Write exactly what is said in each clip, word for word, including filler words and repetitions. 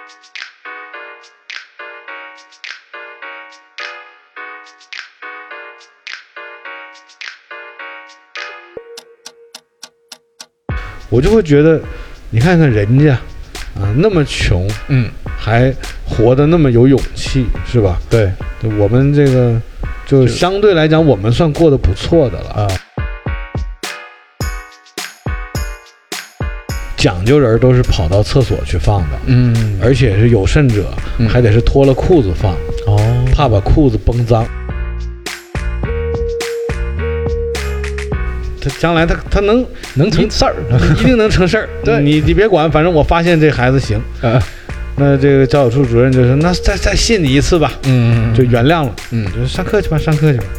我就会觉得，你看看人家啊，那么穷， 嗯， 还活得那么有勇气，是吧？ 对， 我们这个就相对来讲，我们算过得不错的了啊。讲究人都是跑到厕所去放的， 嗯， 而且是有甚者，嗯、还得是脱了裤子放， 哦， 怕把裤子崩脏。他将来他他能能成事儿， 一定能成事儿。 对， 你你别管，反正我发现这孩子行。 啊， 那这个教导处主任就说：“那再再信你一次吧。” 嗯， 就原谅了。 嗯， 就是上课去吧，上课去吧。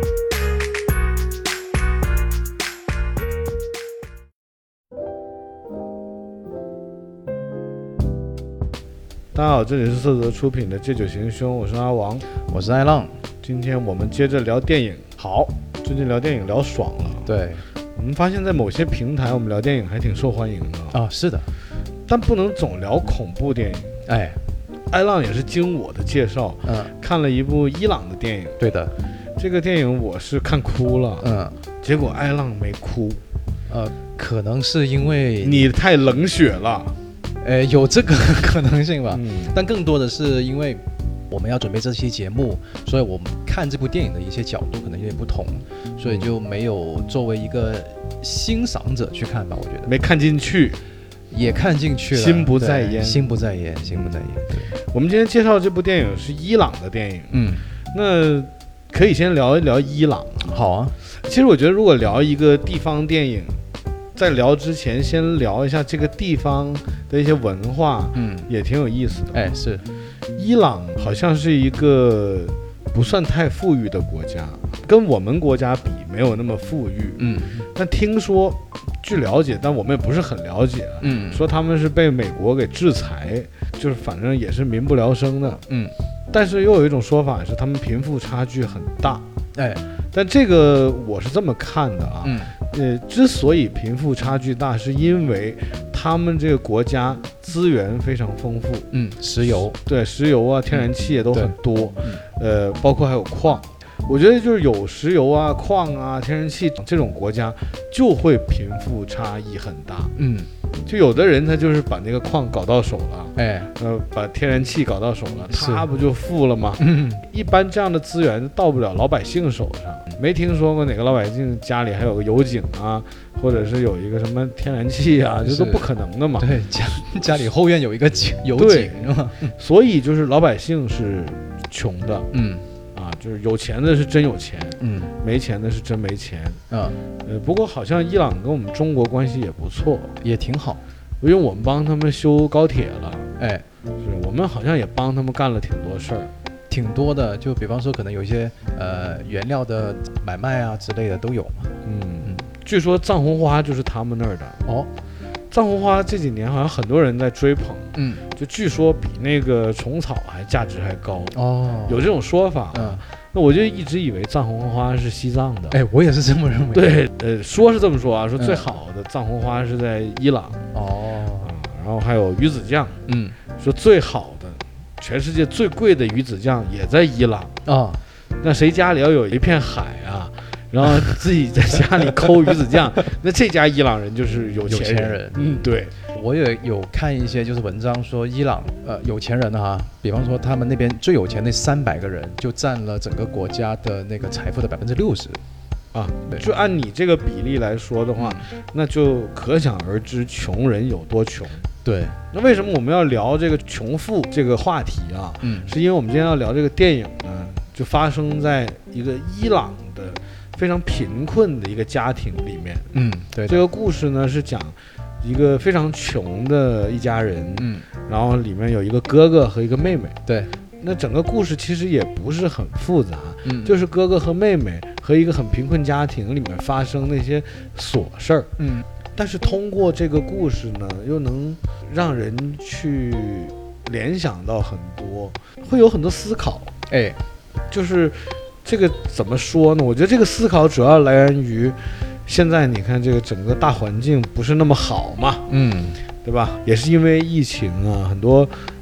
大家好，这里是色泽出品的《借酒行凶》，我是阿王， 我是艾浪。 今天我们接着聊电影。 好， 最近聊电影聊爽了。 对， 我们发现在某些平台，我们聊电影还挺受欢迎的啊。是的， 但不能总聊恐怖电影。 哎， 艾浪也是经我的介绍，嗯，看了一部伊朗的电影。 对的， 这个电影我是看哭了， 嗯， 结果艾浪没哭， 呃，可能是因为你太冷血了。 呃，有这个可能性吧， 嗯， 但更多的是因为我们要准备这期节目，所以我们看这部电影的一些角度可能有点不同，所以就没有作为一个欣赏者去看吧。我觉得没看进去， 也看进去了， 心不在焉， 心不在焉，心不在焉。对， 我们今天介绍这部电影是伊朗的电影， 嗯， 那可以先聊一聊伊朗。 好啊， 其实我觉得如果聊一个地方电影，在聊之前先聊一下这个地方的一些文化，嗯，也挺有意思的。 哎，是， 伊朗好像是一个不算太富裕的国家，跟我们国家比没有那么富裕， 嗯， 但听说，据了解，但我们也不是很了解，嗯，说他们是被美国给制裁，就是反正也是民不聊生的，嗯，但是又有一种说法是他们贫富差距很大， 哎， 但这个我是这么看的啊， 嗯。 呃，之所以贫富差距大，是因为他们这个国家资源非常丰富， 嗯，石油， 对，石油啊，天然气也都很多，嗯、呃，包括还有矿。我觉得就是有石油啊、矿啊、天然气这种国家，就会贫富差异很大。嗯，就有的人他就是把那个矿搞到手了，哎，呃，把天然气搞到手了，他不就富了吗？嗯，一般这样的资源到不了老百姓手上。没听说过哪个老百姓家里还有个油井啊，或者是有一个什么天然气啊，这都不可能的嘛。 对，家家里后院有一个油井， 所以就是老百姓是穷的，嗯。啊，就是有钱的是真有钱，嗯，没钱的是真没钱，啊，呃，不过好像伊朗跟我们中国关系也不错， 也挺好， 因为我们帮他们修高铁了， 哎， 是我们好像也帮他们干了挺多事儿， 挺多的，就比方说可能有一些呃原料的买卖啊之类的都有嘛， 嗯嗯，据说藏红花就是他们那儿的哦。 藏红花这几年好像很多人在追捧，嗯，就据说比那个虫草还价值还高哦，有这种说法，嗯，那我就一直以为藏红花是西藏的， 哎，我也是这么认为， 对，呃，说是这么说啊，说最好的藏红花是在伊朗，哦，啊，然后还有鱼子酱，嗯，说最好的，全世界最贵的鱼子酱也在伊朗啊，那谁家里要有一片海啊？然后自己在家里抠鱼子酱，那这家伊朗人就是有钱人。有钱人，嗯，对， 我也有看一些就是文章说伊朗呃有钱人哈，比方说他们那边最有钱那三百个人就占了整个国家的那个财富的百分之六十， 啊，就按你这个比例来说的话，那就可想而知穷人有多穷。 对， 那为什么我们要聊这个穷富这个话题啊？嗯，是因为我们今天要聊这个电影呢，就发生在一个伊朗的非常贫困的一个家庭里面， 嗯，对， 这个故事呢是讲一个非常穷的一家人，嗯，然后里面有一个哥哥和一个妹妹， 对， 那整个故事其实也不是很复杂，嗯，就是哥哥和妹妹和一个很贫困家庭里面发生那些琐事儿，嗯，但是通过这个故事呢，又能让人去联想到很多，会有很多思考，哎，就是。这个怎么说呢？我觉得这个思考主要来源于，现在你看这个整个大环境不是那么好嘛，嗯，对吧？也是因为疫情啊，很多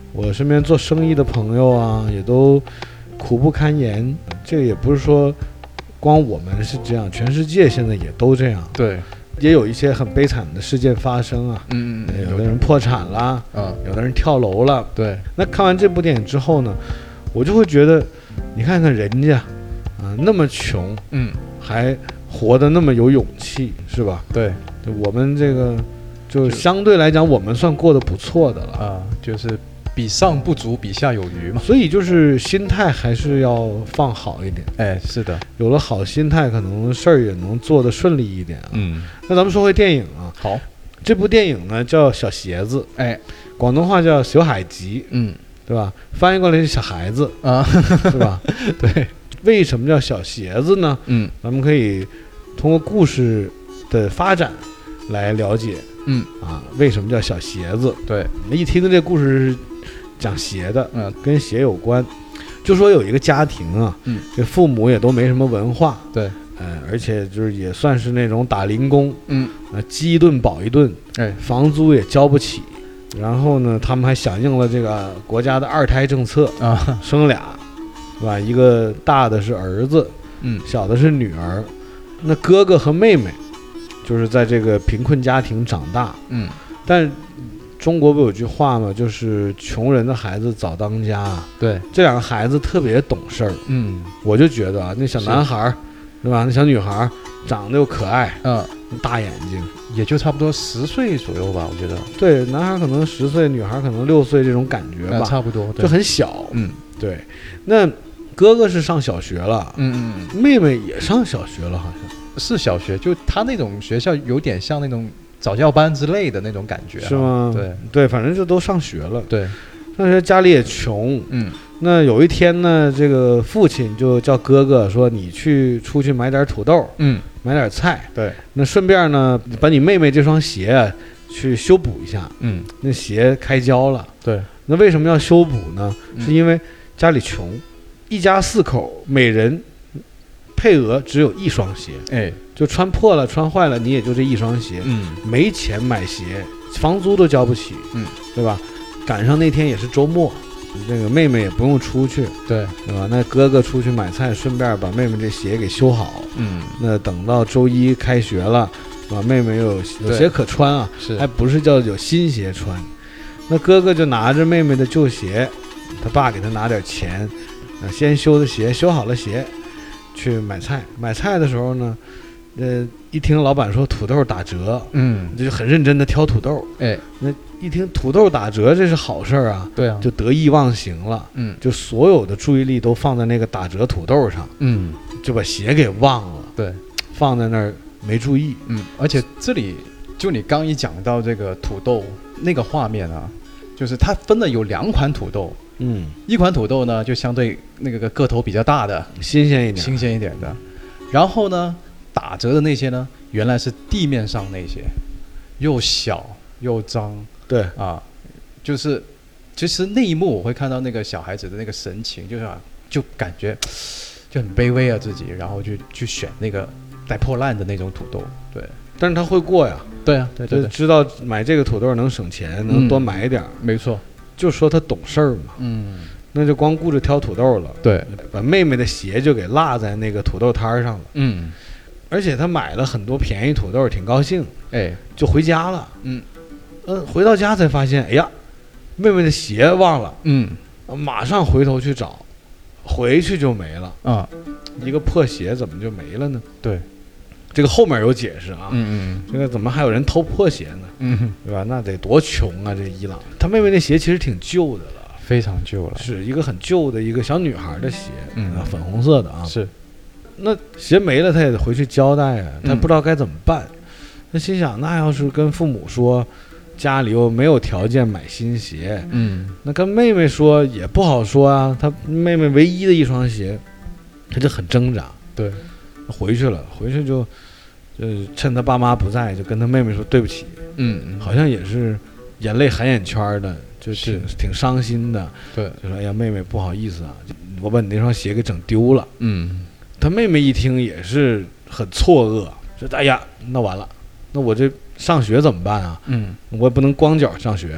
我身边做生意的朋友啊，也都苦不堪言。这个也不是说光我们是这样，全世界现在也都这样。 对， 也有一些很悲惨的事件发生啊。 嗯嗯， 有的人破产了， 嗯， 有的人跳楼了。 对， 那看完这部电影之后呢，我就会觉得，你看看人家啊，那么穷，嗯，还活得那么有勇气，是吧？ 对， 我们这个就相对来讲，我们算过得不错的了啊，就是比上不足，比下有余嘛。 所以就是心态还是要放好一点。 哎，是的， 有了好心态，可能事儿也能做得顺利一点啊。 嗯， 那咱们说回电影啊， 好， 这部电影呢叫《小鞋子》， 哎， 广东话叫《小海吉》，嗯，对吧？翻译过来是小孩子啊，是吧？ 对。 为什么叫小鞋子呢？嗯，咱们可以通过故事的发展来了解。嗯啊，为什么叫小鞋子？ 对， 一听这故事是讲鞋的，嗯，跟鞋有关。就说有一个家庭啊，嗯，这父母也都没什么文化， 对， 嗯、呃，而且就是也算是那种打零工，嗯，啊，饥一顿饱一顿，哎，房租也交不起。然后呢，他们还响应了这个国家的二胎政策啊，生俩。是吧？一个大的是儿子，嗯，小的是女儿。那哥哥和妹妹就是在这个贫困家庭长大，嗯。但中国不有句话吗？就是穷人的孩子早当家。 对， 这两个孩子特别懂事儿，嗯。我就觉得啊，那小男孩儿是吧？那小女孩长得又可爱，嗯，大眼睛， 也就差不多十岁左右吧，我觉得。 对，男孩可能十岁，女孩可能六岁，这种感觉吧， 差不多， 就很小，嗯，对。那哥哥是上小学了，嗯嗯，妹妹也上小学了，好像是小学，就他那种学校有点像那种早教班之类的那种感觉， 是吗？ 对对，反正就都上学了， 对， 上学家里也穷，嗯，那有一天呢，这个父亲就叫哥哥说：“你去出去买点土豆，嗯，买点菜， 对， 那顺便呢，把你妹妹这双鞋啊去修补一下，嗯，那鞋开胶了， 对， 那为什么要修补呢？是因为家里穷。”一家四口，每人配额只有一双鞋，哎，就穿破了、穿坏了，你也就这一双鞋，嗯，没钱买鞋，房租都交不起，嗯，对吧？赶上那天也是周末，那个妹妹也不用出去， 对， 对吧？那哥哥出去买菜，顺便把妹妹这鞋给修好，嗯，那等到周一开学了，把妹妹有有鞋可穿啊， 是， 还不是叫有新鞋穿，那哥哥就拿着妹妹的旧鞋，他爸给他拿点钱。先修的鞋，修好了鞋，去买菜。买菜的时候呢，呃，一听老板说土豆打折，嗯，就很认真的挑土豆。哎，那一听土豆打折，这是好事儿啊， 对啊， 就得意忘形了，嗯，就所有的注意力都放在那个打折土豆上，嗯，就把鞋给忘了， 对， 放在那儿没注意， 嗯，而且这里就你刚一讲到这个土豆那个画面啊，就是它分了有两款土豆。嗯，一款土豆呢，就相对那个个头比较大的， 新鲜一点， 新鲜一点的。然后呢，打折的那些呢，原来是地面上那些，又小又脏。 对啊，就是其实那一幕我会看到那个小孩子的那个神情，就是、啊、就感觉就很卑微啊自己，然后就去选那个带破烂的那种土豆。对， 但是他会过呀。 对啊，对 对, 对， 就知道买这个土豆能省钱，能多买一点、 嗯。没错。 就说他懂事儿嘛，嗯，那就光顾着挑土豆了， 对， 把妹妹的鞋就给落在那个土豆摊上了，嗯，而且他买了很多便宜土豆，挺高兴，哎，就回家了，嗯，呃，回到家才发现，哎呀，妹妹的鞋忘了，嗯，马上回头去找，回去就没了，啊，一个破鞋怎么就没了呢？ 对。 这个后面有解释啊， 嗯嗯， 这个怎么还有人偷破鞋呢？嗯，对吧？那得多穷啊！这伊朗，他妹妹那鞋其实挺旧的了， 非常旧了， 是一个很旧的一个小女孩的鞋，嗯，粉红色的啊。 是， 那鞋没了，他也得回去交代啊，他不知道该怎么办。那心想，那要是跟父母说，家里又没有条件买新鞋，嗯，那跟妹妹说也不好说啊。他妹妹唯一的一双鞋，他就很挣扎。 对。 回去了，回去就，就趁他爸妈不在，就跟他妹妹说对不起，嗯，好像也是眼泪含眼圈的，就挺挺伤心的， 对， 就说哎呀妹妹不好意思啊，我把你那双鞋给整丢了，嗯，他妹妹一听也是很错愕，说哎呀那完了，那我这上学怎么办啊？嗯，我也不能光脚上学啊，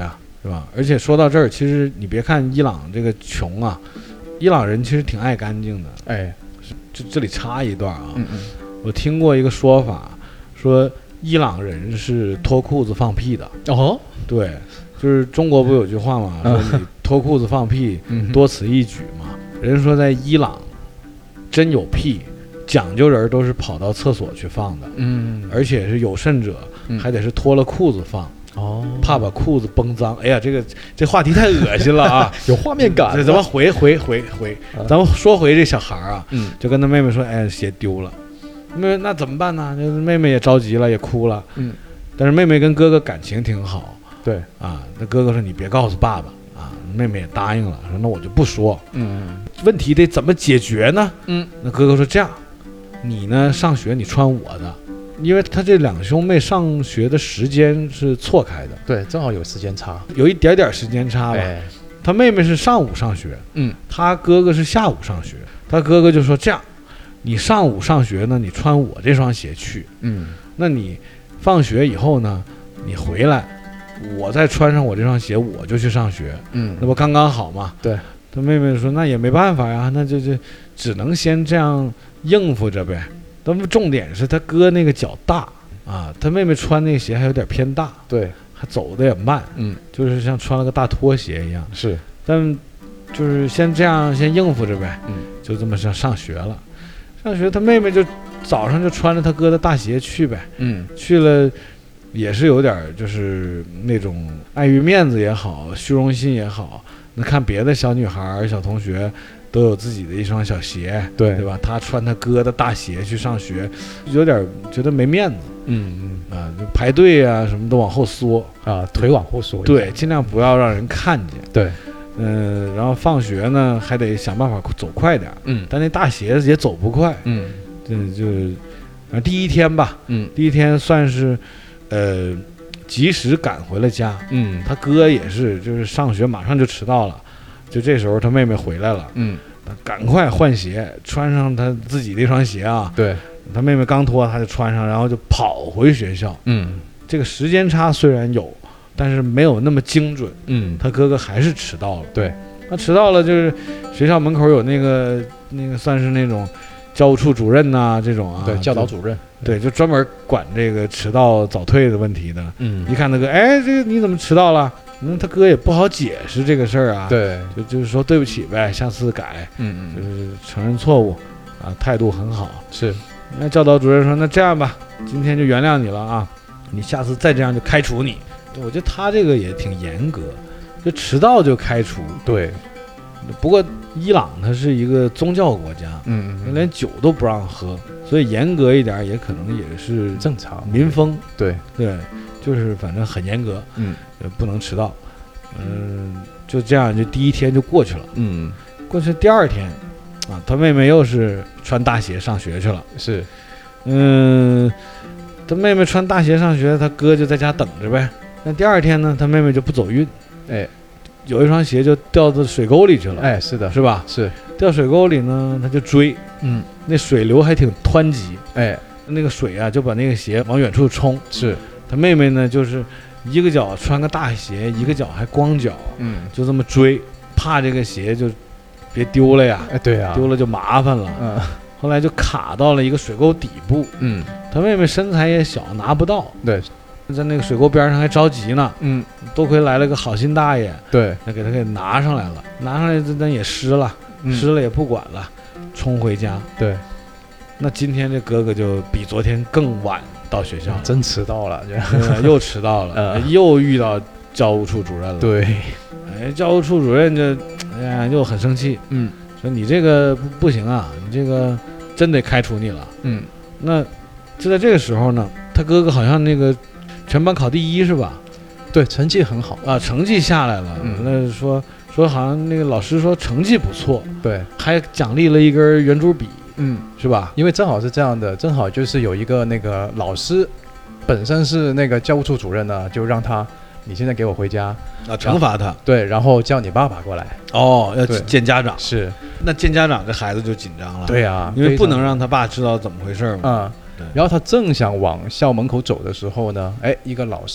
是吧？而且说到这儿，其实你别看伊朗这个穷啊，伊朗人其实挺爱干净的。 哎， 这这里插一段啊， 嗯嗯， 我听过一个说法，说伊朗人是脱裤子放屁的。 哦， 对，就是中国不有句话嘛，说你脱裤子放屁，多此一举嘛。人说在伊朗，真有屁，讲究人都是跑到厕所去放的，嗯，而且是有甚者还得是脱了裤子放。哦，怕把裤子崩脏。哎呀，这个这话题太恶心了啊！ 有画面感。 咱们回回回回，咱们说回这小孩啊， 嗯， 就跟他妹妹说，哎，鞋丢了。那那怎么办呢？妹妹也着急了，也哭了。嗯，但是妹妹跟哥哥感情挺好。 对啊，那哥哥说你别告诉爸爸啊，妹妹也答应了，说那我就不说。嗯，问题得怎么解决呢？嗯，那哥哥说这样，你呢上学你穿我的。因为他这两兄妹上学的时间是错开的， 对，正好有时间差， 有一点点时间差吧。哎、他妹妹是上午上学，嗯，他哥哥是下午上学。他哥哥就说：“这样，你上午上学呢，你穿我这双鞋去，嗯，那你放学以后呢，你回来，我再穿上我这双鞋，我就去上学，嗯，那不刚刚好吗？” 对， 他妹妹说：“那也没办法呀，那就就只能先这样应付着呗。”但重点是他哥那个脚大啊，他妹妹穿那个鞋还有点偏大， 对， 还走的也慢，嗯，就是像穿了个大拖鞋一样。 是， 但就是先这样先应付着呗，嗯，就这么上上学了。上学他妹妹就早上就穿着他哥的大鞋去呗，嗯，去了也是有点就是那种碍于面子也好，虚荣心也好。那看别的小女孩小同学都有自己的一双小鞋， 对对吧？他穿他哥的大鞋去上学，有点觉得没面子，嗯嗯啊，就排队啊什么都往后缩啊，腿往后缩， 对，尽量不要让人看见， 对， 嗯、呃，然后放学呢还得想办法走快点，嗯，但那大鞋子也走不快，嗯，这就，然后第一天吧，嗯，第一天算是，呃，及时赶回了家，嗯，他哥也是，就是上学马上就迟到了。就这时候他妹妹回来了，嗯，他赶快换鞋，穿上他自己的一双鞋啊， 对， 他妹妹刚脱他就穿上，然后就跑回学校，嗯，这个时间差虽然有，但是没有那么精准，嗯，他哥哥还是迟到了， 对， 他迟到了就是学校门口有那个那个算是那种教务处主任呐、啊、这种啊， 对，教导主任， 对，就专门管这个迟到早退的问题的，嗯，一看那个，哎，这个你怎么迟到了？嗯，他哥也不好解释这个事儿啊， 对， 就就是说对不起呗，下次改，嗯嗯，就是承认错误，啊，态度很好， 是。 那教导主任说，那这样吧，今天就原谅你了啊，你下次再这样就开除你。我觉得他这个也挺严格，就迟到就开除。 对， 不过伊朗它是一个宗教国家，嗯嗯，连酒都不让喝，所以严格一点也可能也是正常民风。 对对，就是反正很严格，嗯。不能迟到，嗯，就这样，就第一天就过去了，嗯，过去第二天，啊，他妹妹又是穿大鞋上学去了， 是， 嗯，他妹妹穿大鞋上学，他哥就在家等着呗。那第二天呢，他妹妹就不走运， 哎， 有一双鞋就掉到水沟里去了， 哎，是的， 是吧？ 是， 掉水沟里呢，他就追，嗯，那水流还挺湍急，哎，那个水啊就把那个鞋往远处冲， 是， 他妹妹呢就是。一个脚穿个大鞋，一个脚还光脚，嗯，就这么追，怕这个鞋就别丢了呀， 哎，对呀， 丢了就麻烦了，嗯，后来就卡到了一个水沟底部，嗯，他妹妹身材也小，拿不到， 对， 在那个水沟边上还着急呢，嗯，多亏来了个好心大爷， 对， 那给他给拿上来了，拿上来这那也湿了，嗯、湿了也不管了，冲回家， 对， 那今天这哥哥就比昨天更晚。到学校真迟到了， 嗯、又迟到了，呃、又遇到教务处主任了。 对， 哎，教务处主任就，哎呀，又很生气，嗯，说你这个不不行啊，你这个真得开除你了。嗯，那就在这个时候呢，他哥哥好像那个全班考第一是吧？ 对，成绩很好啊，成绩下来了。嗯，那说说好像那个老师说成绩不错， 对， 还奖励了一根圆珠笔。嗯，是吧？ 因为正好是这样的，正好就是有一个那个老师，本身是那个教务处主任呢，就让他，你现在给我回家啊，惩罚他。 对，然后叫你爸爸过来。 哦，要见家长。 是， 那见家长这孩子就紧张了。 对啊， 因为不能让他爸知道怎么回事嘛。 嗯，然后他正想往校门口走的时候呢，哎，一个老师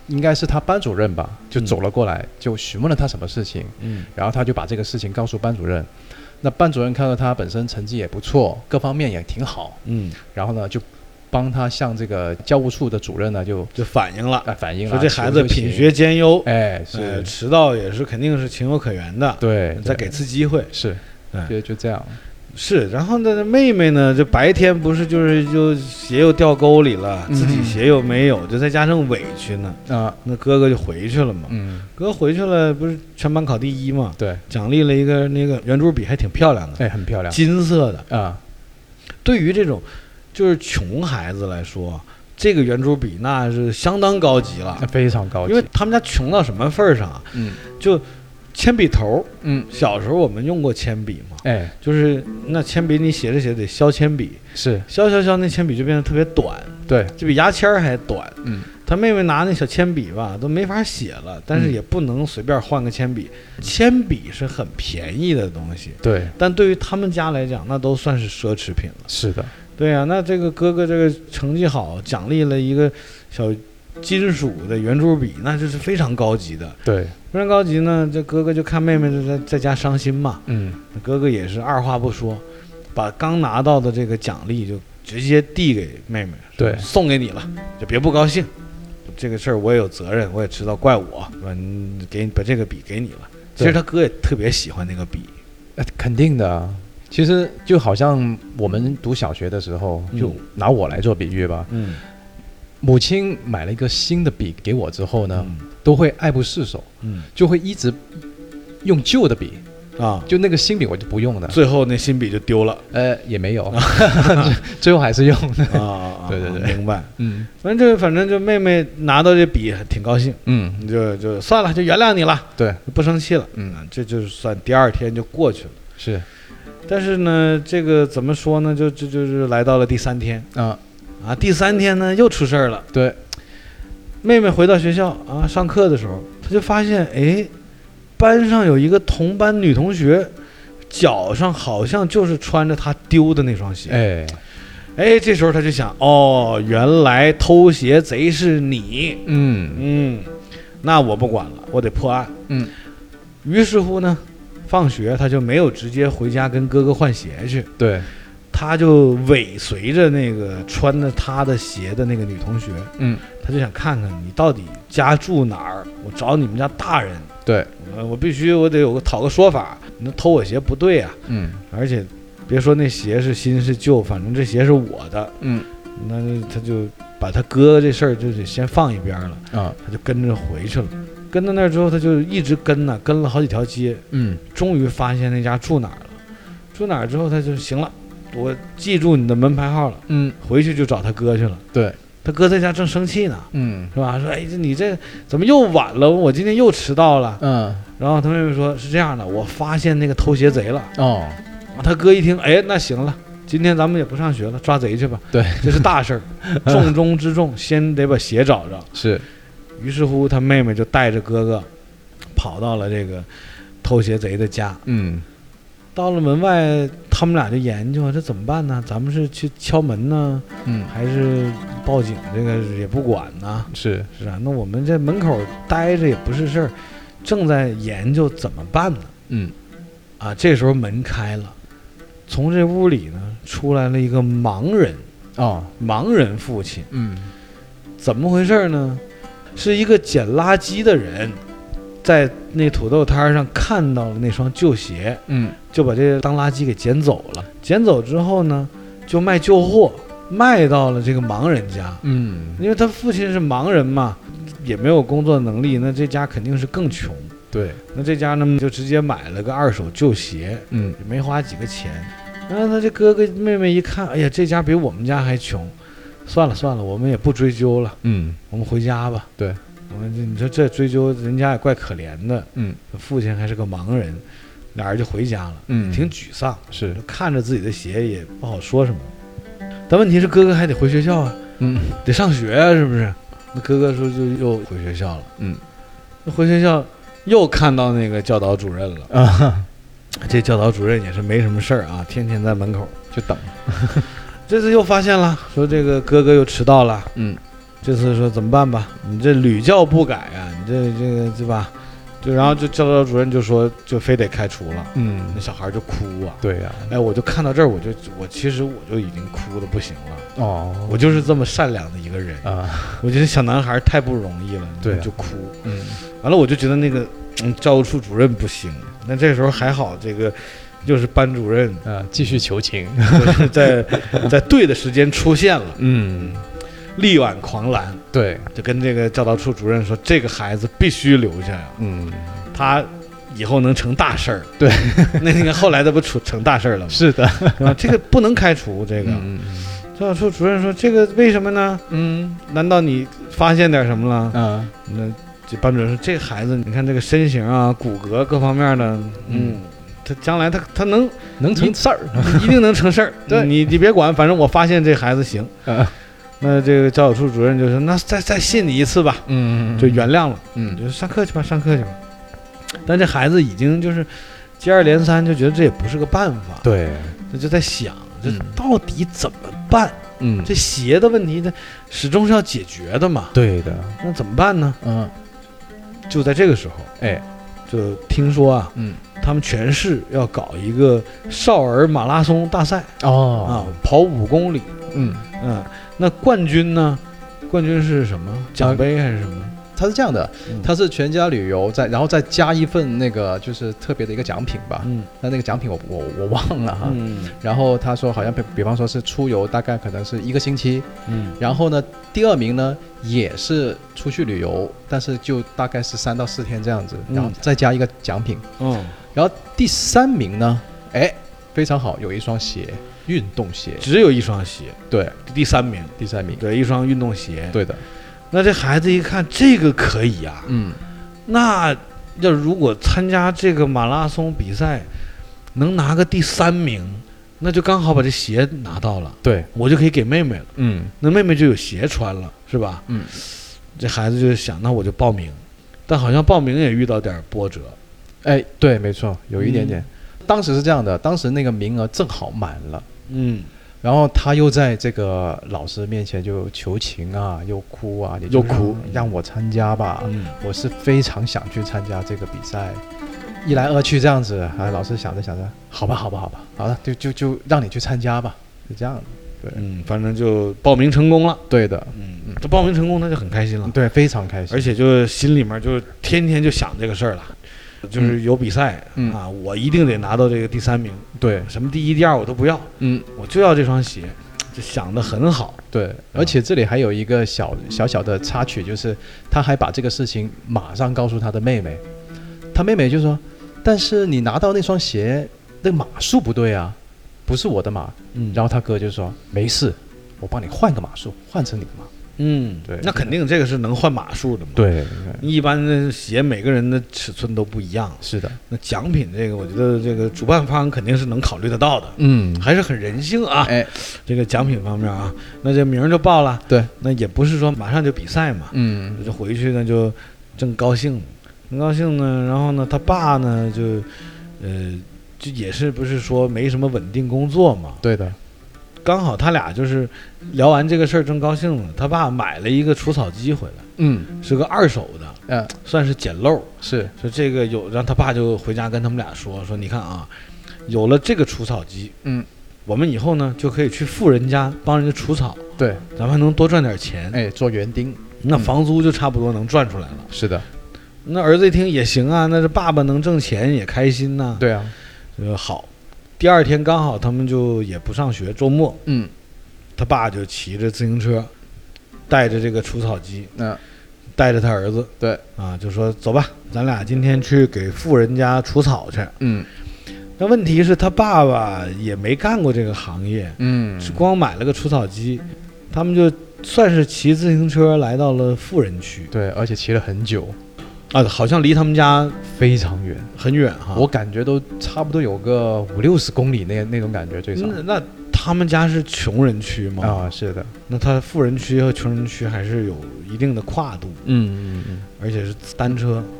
应该是他班主任吧，就走了过来，嗯、就询问了他什么事情， 嗯， 然后他就把这个事情告诉班主任。那班主任看到他本身成绩也不错，各方面也挺好， 嗯， 然后呢就帮他向这个教务处的主任呢就就反映了， 呃、反映了说这孩子品学兼优， 哎，是、 呃、迟到也是肯定是情有可原的， 对， 再给次机会， 是，就就这样。 是，然后呢，妹妹呢，就白天不是就是就鞋又掉沟里了， 嗯、 自己鞋又没有，就在家正委屈呢。 啊， 那哥哥就回去了嘛。 嗯， 哥回去了，不是全班考第一嘛？ 对， 奖励了一个那个圆珠笔，还挺漂亮的。 哎，很漂亮， 金色的啊。 对于这种就是穷孩子来说，这个圆珠笔那是相当高级了， 非常高级。 因为他们家穷到什么份儿上啊？ 嗯， 就。铅笔头， 嗯， 小时候我们用过铅笔嘛， 哎， 就是那铅笔你写着写着得削铅笔， 是削削削，那铅笔就变得特别短， 对， 就比牙签还短。 嗯， 他妹妹拿那小铅笔吧，都没法写了，但是也不能随便换个铅笔，嗯、铅笔是很便宜的东西， 对， 但对于他们家来讲，那都算是奢侈品了。 是的， 对呀、啊，那这个哥哥这个成绩好，奖励了一个小金属的圆珠笔，那就是非常高级的。 对。 非常高级呢，这哥哥就看妹妹在在家伤心嘛， 嗯， 哥哥也是二话不说，把刚拿到的这个奖励就直接递给妹妹， 对， 送给你了，就别不高兴，这个事儿我也有责任，我也知道怪我，嗯，给你把这个笔给你了。其实他哥也特别喜欢那个笔， 呃，肯定的。其实就好像我们读小学的时候，嗯、就拿我来做比喻吧， 嗯。 母亲买了一个新的笔给我之后呢， 嗯、 都会爱不释手， 嗯， 就会一直用旧的笔啊， 就那个新笔我就不用的， 最后那新笔就丢了， 呃，也没有，最后还是用的啊， 对对对， 明白， 嗯， 反正就反正就妹妹拿到这笔挺高兴， 嗯， 就就算了，就原谅你了， 对， 不生气了， 嗯， 这就是算第二天就过去了， 是， 但是呢，这个怎么说呢？就这就，就是来到了第三天啊。 啊，第三天呢又出事儿了。 对， 妹妹回到学校啊，上课的时候，她就发现，哎，班上有一个同班女同学，脚上好像就是穿着她丢的那双鞋。 哎， 哎，这时候她就想，哦，原来偷鞋贼是你。 嗯嗯，那我不管了，我得破案。 嗯， 于是乎呢，放学她就没有直接回家跟哥哥换鞋去。 对。 他就尾随着那个穿着他的鞋的那个女同学， 嗯， 他就想看看你到底家住哪儿，我找你们家大人， 对， 我我必须我得有个讨个说法，你那偷我鞋不对啊， 嗯， 而且别说那鞋是新是旧，反正这鞋是我的， 嗯， 那他就把他哥这事儿就得先放一边了啊， 他就跟着回去了，跟到那儿之后他就一直跟呢，跟了好几条街， 嗯， 终于发现那家住哪儿了，住哪儿之后他就行了。我记住你的门牌号了， 嗯， 回去就找他哥去了。 对， 他哥在家正生气呢， 嗯， 是吧？说，哎，这你这怎么又晚了？我今天又迟到了。 嗯， 然后他妹妹说，是这样的，我发现那个偷鞋贼了。 哦， 他哥一听，哎，那行了，今天咱们也不上学了，抓贼去吧。 对， 这是大事儿，重中之重，先得把鞋找着。 是， 于是乎，他妹妹就带着哥哥跑到了这个偷鞋贼的家。 嗯。 到了门外，他们俩就研究这怎么办呢？咱们是去敲门呢， 嗯， 还是报警？这个也不管呢。 是是啊，那我们在门口待着也不是事儿，正在研究怎么办呢。 嗯， 啊，这时候门开了，从这屋里呢出来了一个盲人哦， 盲人父亲。 嗯， 怎么回事呢？是一个捡垃圾的人。在那土豆摊上看到了那双旧鞋， 嗯， 就把这个当垃圾给捡走了。捡走之后呢，就卖旧货，卖到了这个盲人家。 嗯， 因为他父亲是盲人嘛，也没有工作能力，那这家肯定是更穷。 对， 那这家呢就直接买了个二手旧鞋， 嗯， 也没花几个钱。然后他这哥哥妹妹一看，哎呀，这家比我们家还穷，算了算了，我们也不追究了， 嗯， 我们回家吧。 对。 你说这追究人家也怪可怜的， 嗯， 父亲还是个盲人，俩人就回家了， 嗯， 挺沮丧， 是看着自己的鞋也不好说什么。但问题是哥哥还得回学校啊， 嗯， 得上学啊，是不是？那哥哥说就又回学校了， 嗯， 回学校又看到那个教导主任了啊，这教导主任也是没什么事儿啊，天天在门口就等。 这次又发现了，说这个哥哥又迟到了， 嗯。 这次说怎么办吧？你这屡教不改啊，你这这个对吧？就然后就教导主任就说就非得开除了，嗯，那小孩就哭啊， 对呀、啊， 哎，我就看到这儿，我就我其实我就已经哭的不行了，哦，我就是这么善良的一个人啊，我觉得小男孩太不容易了，对、啊，就哭，嗯，完了我就觉得那个嗯教务处主任不行，那这时候还好，这个又是班主任啊，继续求情， 在在对的时间出现了，嗯。力挽狂澜， 对， 就跟这个教导处主任说，这个孩子必须留下呀，嗯，他以后能成大事儿， 对， 那那个后来他不出成大事儿了吗？ 是的， 对吧？这个不能开除，这个，嗯、教导处主任说，这个为什么呢？嗯，难道你发现点什么了？嗯，那这班主任说，这孩子，你看这个身形啊、骨骼各方面的，嗯。嗯他将来他他能能成事儿， 一定能成事儿。对你你别管，反正我发现这孩子行。嗯那这个教导处主任就说：“那再再信你一次吧。”嗯，就原谅了。嗯，就上课去吧，上课去吧。但这孩子已经就是接二连三，就觉得这也不是个办法。 对， 他就在想，这到底怎么办？嗯，这鞋的问题，它始终是要解决的嘛。 对的， 那怎么办呢？嗯，就在这个时候，哎，就听说啊，嗯，他们全市要搞一个少儿马拉松大赛。哦，啊，跑五公里。嗯嗯。那冠军呢？冠军是什么？奖杯还是什么？ 它是这样的，它是全家旅游再然后再加一份那个就是特别的一个奖品吧。嗯，那那个奖品我我我忘了哈。嗯，然后他说好像比比方说是出游大概可能是一个星期。嗯，然后呢，第二名呢也是出去旅游，但是就大概是三到四天这样子，然后再加一个奖品。嗯，然后第三名呢，哎，非常好，有一双鞋。运动鞋只有一双鞋， 对， 第三名， 第三名， 对，一双运动鞋， 对的。 那这孩子一看这个可以啊，嗯，那要如果参加这个马拉松比赛，能拿个第三名，那就刚好把这鞋拿到了， 对， 我就可以给妹妹了，嗯，那妹妹就有鞋穿了，是吧？嗯，这孩子就想，那我就报名，但好像报名也遇到点波折， 哎，对，没错，有一点点。嗯、当时是这样的，当时那个名额正好满了。嗯，然后他又在这个老师面前就求情啊，又哭啊，也又哭， 让我参加吧。嗯，我是非常想去参加这个比赛。一来二去这样子，哎，老师想着想着，好吧，好吧，好吧，好了，就就就让你去参加吧，是这样的。对， 嗯，反正就报名成功了。 对的， 嗯，这报名成功他就很开心了。 对，非常开心， 而且就心里面就天天就想这个事儿了。就是有比赛、嗯、啊，我一定得拿到这个第三名。 对， 什么第一、第二我都不要，嗯，我就要这双鞋，就想得很好。 对，而且这里还有一个小小小的插曲，就是他还把这个事情马上告诉他的妹妹，他妹妹就说：“但是你拿到那双鞋，那码数不对啊，不是我的码。”嗯，然后他哥就说：“没事，我帮你换个码数，换成你的码。” 嗯，对，那肯定这个是能换码数的嘛。 对， 一般的鞋每个人的尺寸都不一样。 是的， 那奖品这个，我觉得这个主办方肯定是能考虑得到的。嗯，还是很人性啊。哎，这个奖品方面啊，那这名就报了。 对， 那也不是说马上就比赛嘛。嗯，就回去呢就正高兴，正高兴呢，然后呢他爸呢就，呃，就也是不是说没什么稳定工作嘛。 对的。 刚好他俩就是聊完这个事儿正高兴呢，他爸买了一个除草机回来，嗯，是个二手的，嗯，算是捡漏， 是， 说这个有，让他爸就回家跟他们俩说，说你看啊，有了这个除草机，嗯，我们以后呢就可以去富人家帮人家除草， 对， 咱们还能多赚点钱， 哎，做园丁， 那房租就差不多能赚出来了。 是的， 那儿子一听也行啊，那这爸爸能挣钱也开心呐， 对啊， 呃好。第二天刚好他们就也不上学，周末，嗯，他爸就骑着自行车，带着这个除草机，嗯，带着他儿子， 对， 啊，就说走吧，咱俩今天去给富人家除草去，嗯，那问题是他爸爸也没干过这个行业，嗯，是光买了个除草机，他们就算是骑自行车来到了富人区， 对，而且骑了很久。 啊，好像离他们家非常远， 很远哈。 我感觉都差不多有个五六十公里那那种感觉最少。 那, 那他们家是穷人区吗？ 啊，是的。 那他富人区和穷人区还是有一定的跨度。嗯嗯嗯。而且是单车。 对。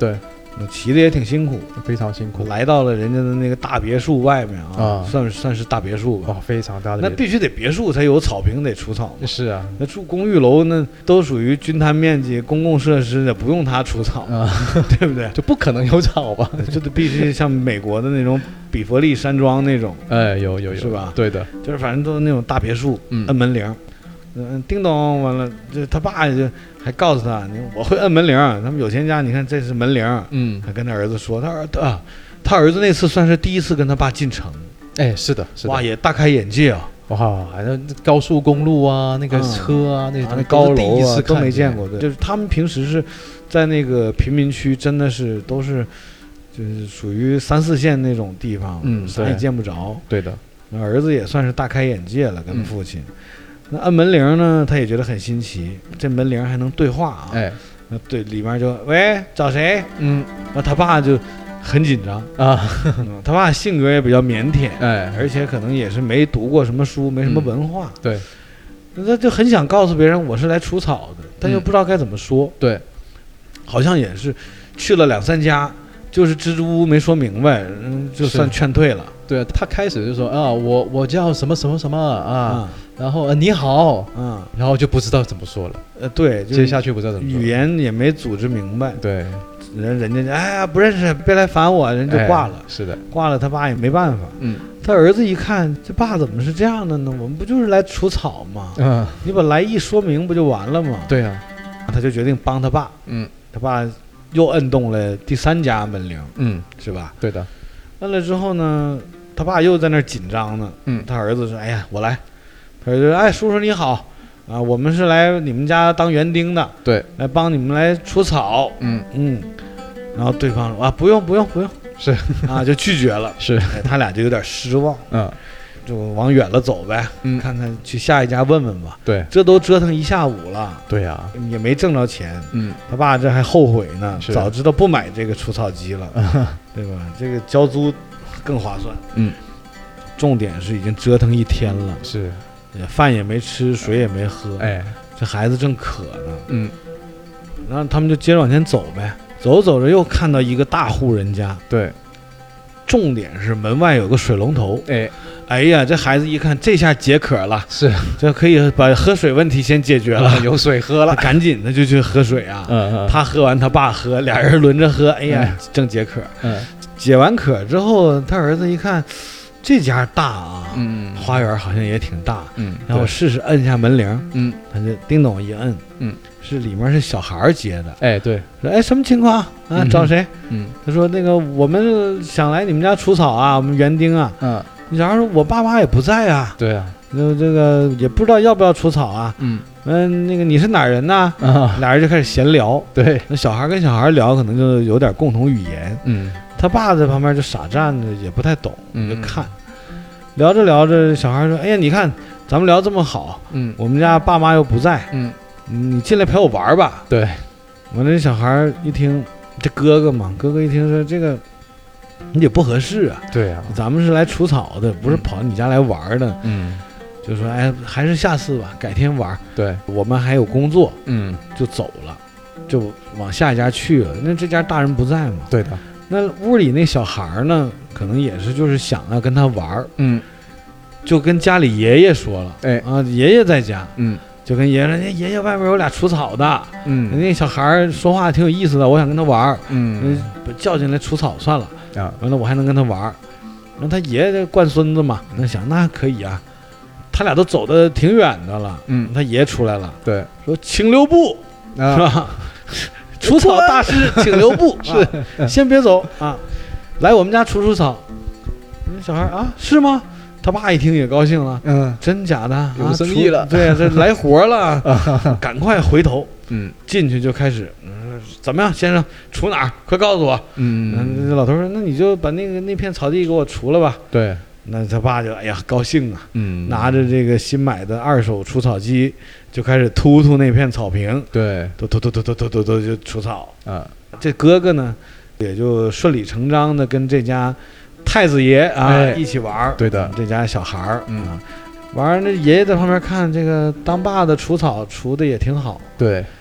骑的也挺辛苦， 非常辛苦。 来到了人家的那个大别墅外面啊， 啊算是算是大别墅吧。 哦，非常大的。 那必须得别墅才有草坪得除草。 是啊， 那住公寓楼那都属于均摊面积、公共设施的，不用它除草啊，对不对？ 就不可能有草吧？ 这都必须像美国的那种比佛利山庄那种。 哎，有有有， 是吧？ 对的， 就是反正都是那种大别墅，嗯，摁门铃。嗯，叮咚，完了，这他爸就还告诉他，你我会摁门铃。他们有钱家，你看这是门铃，嗯，还跟他儿子说，他儿子啊，他儿子那次算是第一次跟他爸进城， 哎，是的，是的， 哇，也大开眼界啊， 哇，那高速公路啊，那个车啊， 嗯、 那那高楼啊， 都没见过的，就是他们平时是在那个贫民区，真的是都是就是属于三四线那种地方， 嗯， 啥也见不着， 对的， 那儿子也算是大开眼界了，跟父亲。嗯，那按门铃呢，他也觉得很新奇，这门铃还能对话啊！哎，那对里面就喂找谁？嗯，那他爸就很紧张啊、嗯，他爸性格也比较腼腆，哎，而且可能也是没读过什么书，没什么文化，嗯、 对， 那他就很想告诉别人我是来除草的，但又不知道该怎么说。嗯、 对， 好像也是去了两三家，就是支支吾吾没说明白，嗯，就算劝退了。 对，他开始就说啊，我我叫什么什么什么啊。嗯，然后呃你好，嗯，然后就不知道怎么说了， 呃对， 接下去不知道怎么说， 语言也没组织明白， 对， 人人家哎呀不认识，别来烦我，人就挂了， 哎、是的， 挂了，他爸也没办法，嗯，他儿子一看这爸怎么是这样的呢？我们不就是来除草吗？嗯，你把来意说明不就完了吗？ 对啊， 他就决定帮他爸，嗯，他爸又摁动了第三家门铃，嗯，是吧？ 对的， 摁了之后呢，他爸又在那儿紧张呢，嗯，他儿子说，哎呀，我来。他就哎，叔叔你好，啊，我们是来你们家当园丁的， 对， 来帮你们来除草，嗯嗯，然后对方说啊，不用不用不用， 是啊，就拒绝了， 是、 哎，他俩就有点失望，嗯，就往远了走呗，嗯，看看去下一家问问吧， 对， 这都折腾一下午了， 对呀、啊， 也没挣着钱，嗯，他爸这还后悔呢，早知道不买这个除草机了，对吧？这个交租更划算，嗯，重点是已经折腾一天了， 是。 饭也没吃，水也没喝，哎，这孩子正渴呢，嗯，然后他们就接着往前走呗，走着走着又看到一个大户人家， 对， 重点是门外有个水龙头，哎，哎呀，这孩子一看这下解渴了， 是， 这可以把喝水问题先解决了， 有水喝了， 赶紧的就去喝水啊，嗯嗯，他喝完他爸喝，俩人轮着喝，哎呀，正解渴，嗯，解完渴之后，他儿子一看。这家大啊，嗯，花园好像也挺大，嗯，然后试试摁一下门铃，嗯，他就叮咚一摁，嗯，是里面是小孩接的， 哎，对， 说哎什么情况啊？找谁？嗯，他说那个我们想来你们家除草啊，我们园丁啊，嗯，小孩说我爸妈也不在啊， 对啊， 那这个也不知道要不要除草啊，嗯嗯，那个你是哪人呢？啊，俩人就开始闲聊， 对， 那小孩跟小孩聊，可能就有点共同语言，嗯。他爸在旁边就傻站着，也不太懂，就看。聊着聊着，小孩说：“哎呀，你看咱们聊这么好，嗯，我们家爸妈又不在，嗯，你进来陪我玩吧。” 对。 完了，这小孩一听，这哥哥嘛，哥哥一听说这个，你也不合适啊。 对啊， 咱们是来除草的，不是跑你家来玩的。嗯，就说：“哎，还是下次吧，改天玩。” 对， 我们还有工作，嗯，就走了，就往下一家去了。那这家大人不在嘛？ 对的。 那屋里那小孩呢，可能也是就是想要跟他玩，嗯，就跟家里爷爷说了，哎啊，爷爷在家，嗯，就跟爷爷说，爷爷外面有俩除草的，嗯，那小孩说话挺有意思的，我想跟他玩，嗯，叫进来除草算了，啊，完了我还能跟他玩，那他爷爷惯孙子嘛，那想那可以啊，他俩都走得挺远的了，嗯，他爷出来了， 对， 说请留步，啊、是吧？除草大师，请留步，是、啊，先别走啊，来我们家除除草。小孩啊，是吗？他爸一听也高兴了，嗯，真假的， 有生意了， 啊、对呀、啊，这来活了，赶快回头，嗯，进去就开始，嗯，怎么样，先生，除哪儿？快告诉我，嗯，嗯老头说，那你就把那个那片草地给我除了吧。 对， 那他爸就哎呀高兴啊，嗯，拿着这个新买的二手除草机。就开始突突那片草坪， 对， 突突突突突突突突就除草啊。这哥哥呢，也就顺理成章的跟这家太子爷啊、哎、一起玩。 对的， 这家小孩儿，嗯，玩那爷爷在旁边看，这个当爸的除草除的也挺好。 对，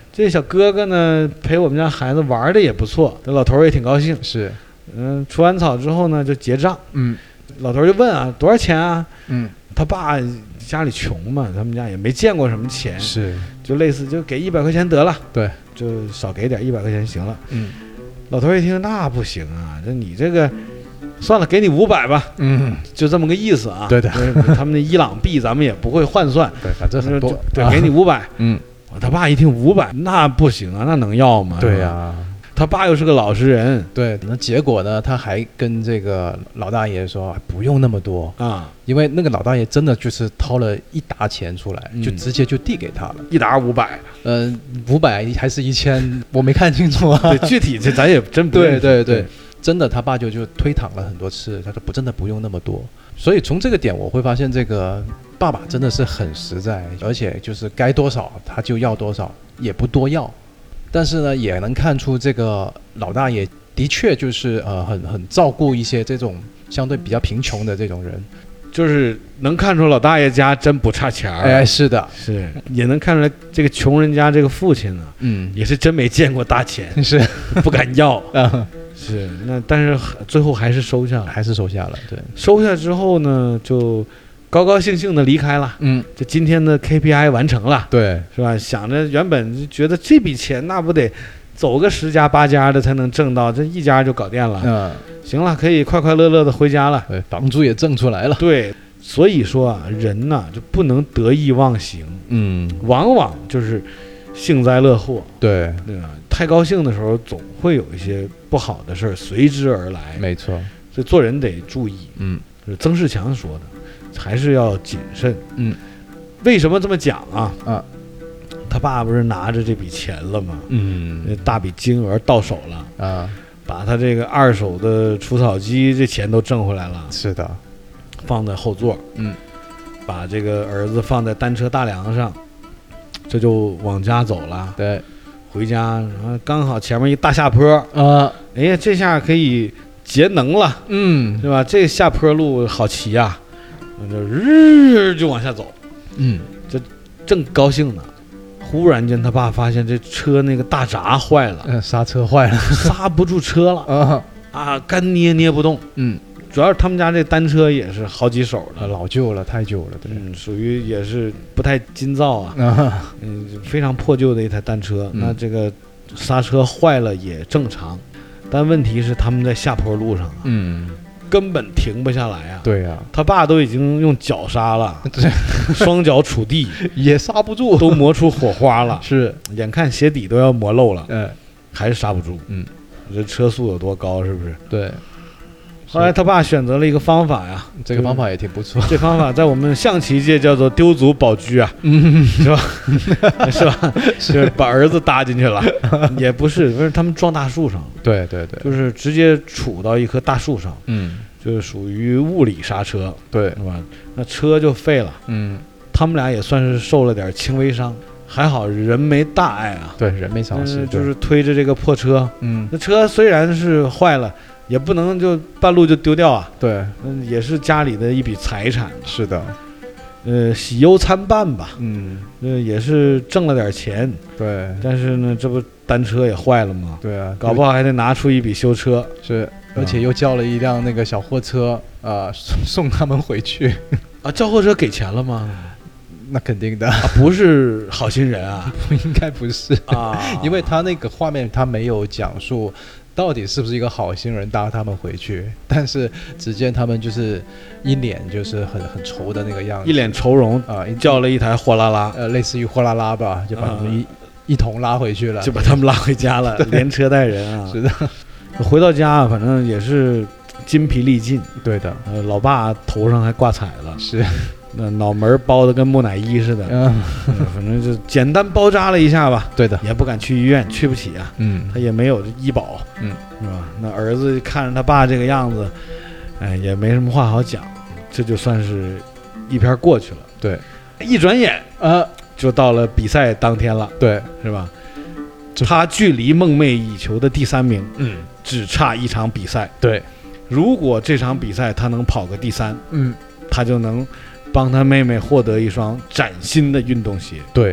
这小哥哥呢陪我们家孩子玩的也不错，这老头也挺高兴。 是， 嗯，除完草之后呢就结账。 嗯， 老头就问啊多少钱啊？ 嗯， 他爸家里穷嘛，他们家也没见过什么钱， 是， 就类似就给一百块钱得了。 对， 就少给点，一百块钱行了。 嗯， 老头一听那不行啊，这你这个算了，给你五百吧。 嗯， 就这么个意思啊。 对的， 他们的伊朗币咱们也不会换算。 对，反正很多。 对，给你五百。 嗯， 他爸一听五百，那不行啊，那能要吗？ 对呀、啊。 他爸又是个老实人。 对，那结果呢？他还跟这个老大爷说不用那么多啊， 因为那个老大爷真的就是掏了一沓钱出来， 嗯、 就直接就递给他了， 一沓五百。 嗯、呃，五百还是一千，我没看清楚啊。 对，具体这咱也真不对对对，真的他爸就就推搪了很多次，他说不，真的不用那么多。所以从这个点我会发现，这个爸爸真的是很实在，而且就是该多少他就要多少，也不多要。但是呢，也能看出这个老大爷的确就是呃很很照顾一些这种相对比较贫穷的这种人， 就是能看出老大爷家真不差钱儿。 哎，是的， 是也能看出来这个穷人家这个父亲呢、啊， 嗯， 也是真没见过大钱， 是不敢要啊。 是那，但是最后还是收下了， 还是收下了。对， 收下之后呢，就高高兴兴的离开了。 嗯， 这今天的 K P I 完成了， 对， 是吧？想着原本就觉得这笔钱那不得走个十家八家的才能挣到，这一家就搞定了。 嗯， 行了，可以快快乐乐的回家了。 对，房租也挣出来了。 对，所以说啊，人呐就不能得意忘形。嗯，往往就是幸灾乐祸。对，对吧？太高兴的时候，总会有一些不好的事儿随之而来。 没错， 所以做人得注意。 嗯， 就是曾仕强说的。还是要谨慎。 嗯， 为什么这么讲啊？ 啊， 他爸不是拿着这笔钱了吗？ 嗯， 那大笔金额到手了啊， 把他这个二手的除草机这钱都挣回来了。 是的， 放在后座。嗯，把这个儿子放在单车大梁上，这就往家走了。 对， 回家，然后刚好前面一大下坡啊，哎呀，这下可以节能了。嗯，是吧？这下坡路好骑呀、啊。就日就往下走，嗯，这正高兴呢，忽然间他爸发现这车那个大闸坏了， 嗯，刹车坏了， 刹不住车了啊啊，干捏捏不动，嗯，主要是他们家这单车也是好几手的， 老旧了，太旧了，对， 嗯，属于也是不太金造啊，嗯，非常破旧的一台单车，那这个刹车坏了也正常，但问题是他们在下坡路上啊，嗯。根本停不下来啊！ 对呀、啊， 他爸都已经用脚刹了，双脚杵地也刹不住， 都磨出火花了。 是， 眼看鞋底都要磨漏了， 嗯， 还是刹不住。嗯，这车速有多高，是不是？ 对。 后来他爸选择了一个方法呀， 这个方法也挺不错。 这方法在我们象棋界叫做丢卒保车啊，嗯，是吧？是吧？就是把儿子搭进去了，也不是，不是他们撞大树上。 对对对， 就是直接杵到一棵大树上，嗯，就是属于物理刹车， 对， 是吧？那车就废了，嗯，他们俩也算是受了点轻微伤，还好人没大碍啊， 对，人没伤势， 就是推着这个破车， 嗯， 那车虽然是坏了。也不能就半路就丢掉啊！ 对， 嗯，也是家里的一笔财产。 是的， 呃，喜忧参半吧。 嗯， 呃，也是挣了点钱。 对， 但是呢，这不单车也坏了吗？ 对啊， 搞不好还得拿出一笔修车。 是，而且又叫了一辆那个小货车啊、呃，送送他们回去。 啊，叫货车给钱了吗？ 那肯定的、 啊，不是好心人啊， 应该不是啊， 因为他那个画面他没有讲述。到底是不是一个好心人搭他们回去？但是只见他们就是一脸就是很很愁的那个样子， 一脸愁容啊、呃， 叫了一台货拉拉， 呃，类似于货拉拉吧，就把他们一、嗯、一同拉回去了， 就把他们拉回家了，连车带人啊。 是的， 回到家反正也是筋疲力尽。 对的， 呃，老爸头上还挂彩了， 是。 那脑门包的跟木乃伊似的，嗯，反正就简单包扎了一下吧。 对的， 也不敢去医院，去不起啊。 嗯， 他也没有医保，嗯，是吧？那儿子看着他爸这个样子，哎，也没什么话好讲，这就算是一篇过去了。 对， 一转眼，呃，就到了比赛当天了。 对， 是吧？他距离梦寐以求的第三名，嗯，只差一场比赛。 对， 如果这场比赛他能跑个第三， 嗯， 他就能帮他妹妹获得一双崭新的运动鞋。 对，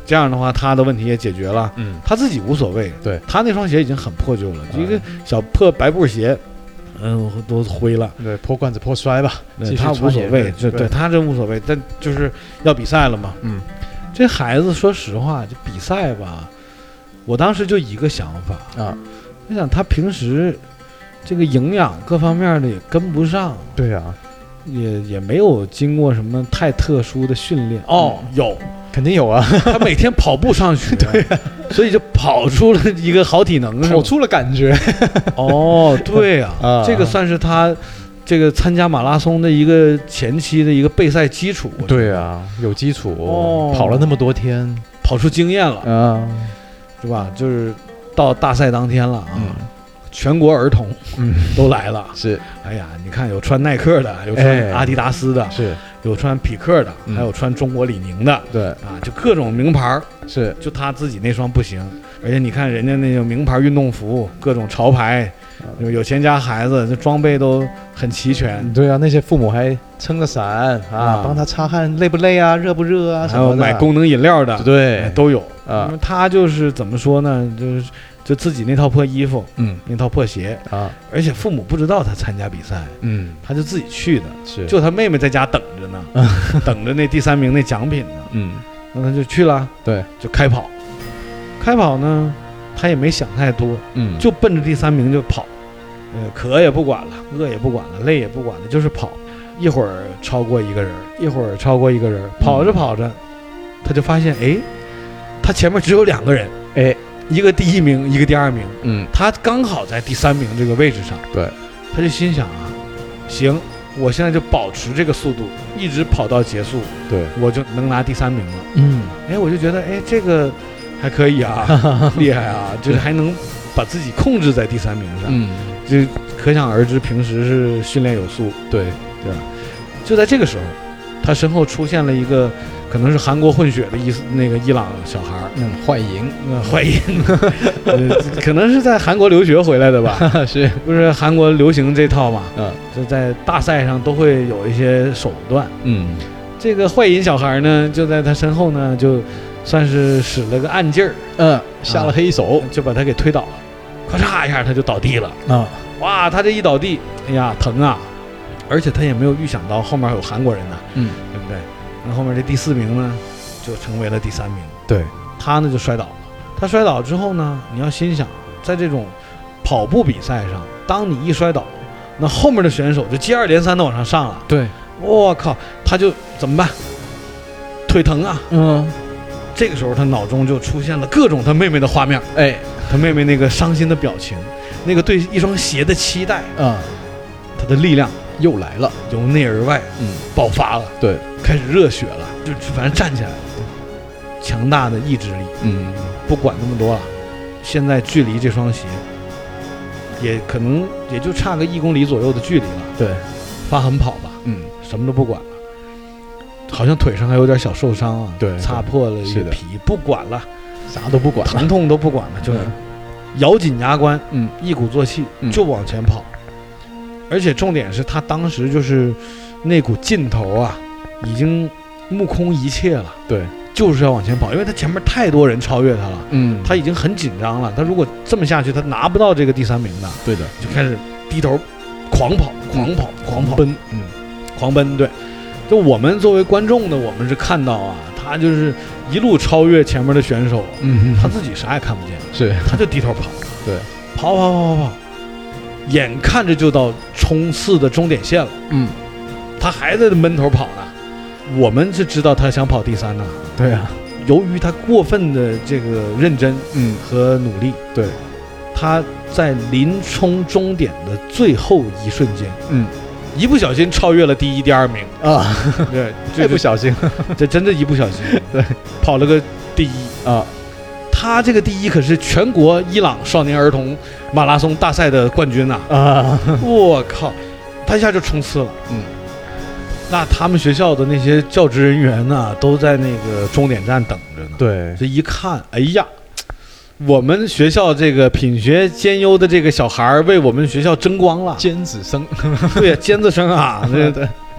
这样的话他的问题也解决了， 嗯， 他自己无所谓， 对， 他那双鞋已经很破旧了，嗯、一个小破白布鞋，嗯，都灰了， 对，破罐子破摔吧， 他无所谓，就对他真无所谓，但就是要比赛了嘛， 嗯， 这孩子说实话，就比赛吧，我当时就一个想法啊， 我想他平时这个营养各方面的也跟不上， 对啊。 也也没有经过什么太特殊的训练哦，有肯定有啊， 他每天跑步上学， 对、啊， 所以就跑出了一个好体能， 跑出了感觉。 哦，对啊， 啊这个算是他这个参加马拉松的一个前期的一个备赛基础。 对啊，有基础， 哦， 跑了那么多天， 跑出经验了啊， 是吧？就是到大赛当天了啊。 嗯， 全国儿童嗯都来了， 是， 哎呀，你看有穿耐克的，有穿阿迪达斯的， 是， 有穿匹克的，还有穿中国李宁的， 对啊，就各种名牌， 是， 就他自己那双不行，而且你看人家那种名牌运动服，各种潮牌，有钱家孩子这装备都很齐全。 对啊，那些父母还撑着伞啊，帮他擦汗，累不累啊，热不热啊， 还有买功能饮料的， 对， 都有啊。 他就是怎么说呢，就是。就自己那套破衣服， 嗯， 那套破鞋啊， 而且父母不知道他参加比赛， 嗯， 他就自己去的， 是， 就他妹妹在家等着呢，等着那第三名那奖品呢， 嗯， 那他就去了， 对， 就开跑，开跑呢，他也没想太多， 嗯， 就奔着第三名就跑，呃，渴也不管了，饿也不管了，累也不管了，就是跑，一会儿超过一个人，一会儿超过一个人，跑着跑着，他就发现，哎，他前面只有两个人， 哎。 一个第一名，一个第二名， 嗯， 他刚好在第三名这个位置上， 对， 他就心想啊，行，我现在就保持这个速度，一直跑到结束， 对， 我就能拿第三名了， 嗯， 哎，我就觉得，哎，这个还可以啊，厉害啊，就是还能把自己控制在第三名上， 嗯， 就可想而知，平时是训练有素， 对， 对吧？就在这个时候，他身后出现了一个。可能是韩国混血的意思，那个伊朗小孩， 嗯，坏银， 嗯，坏银，呃，可能是在韩国留学回来的吧？ 是不是韩国流行这套嘛？ 嗯， 就在大赛上都会有一些手段。 嗯， 这个坏银小孩呢，就在他身后呢，就算是使了个暗劲儿， 嗯，下了黑手， 啊，就把他给推倒了，咔嚓一下他就倒地了。 啊， 哇，他这一倒地，哎呀，疼啊！而且他也没有预想到后面有韩国人呢， 嗯， 对不对？那后面这第四名呢，就成为了第三名。 对， 他呢就摔倒了。他摔倒之后呢，你要心想，在这种跑步比赛上，当你一摔倒，那后面的选手就接二连三的往上上了。 对， 我靠，他就怎么办？腿疼啊。 嗯， 这个时候他脑中就出现了各种他妹妹的画面。 哎， 他妹妹那个伤心的表情，那个对一双鞋的期待啊， 他的力量。 又来了， 由内而外， 嗯， 爆发了， 对， 开始热血了，就反正站起来了，强大的意志力， 嗯， 不管那么多了，现在距离这双鞋，也可能也就差个一公里左右的距离了， 对， 发狠跑吧， 嗯， 什么都不管了，好像腿上还有点小受伤啊， 对， 擦破了一个皮，不管了， 啥都不管， 疼痛都不管了，就是咬紧牙关， 嗯， 一鼓作气， 嗯， 就往前跑。而且重点是他当时就是那股劲头啊，已经目空一切了。 对， 就是要往前跑，因为他前面太多人超越他了。 嗯， 他已经很紧张了。他如果这么下去，他拿不到这个第三名的。 对的， 就开始低头狂跑，狂跑， 嗯、 狂跑， 奔，嗯， 狂奔。对，就我们作为观众的，我们是看到啊，他就是一路超越前面的选手， 嗯， 他自己啥也看不见， 是， 他就低头跑。 对， 跑跑跑跑跑。眼看着就到冲刺的终点线了， 嗯， 他还在闷头跑呢。我们是知道他想跑第三呢， 对啊。 由于他过分的这个认真，嗯，和努力， 对， 他在临冲终点的最后一瞬间， 嗯， 一不小心超越了第一、第二名啊， 对， 这不小心， 这真的一不小心， 对， 跑了个第一啊。他这个第一可是全国伊朗少年儿童马拉松大赛的冠军呐！啊，我靠，他一下就冲刺了。嗯，那他们学校的那些教职人员呢，都在那个终点站等着呢。 对， 这一看，哎呀，我们学校这个品学兼优的这个小孩为我们学校争光了， 尖子生， 对，尖子生啊，对对。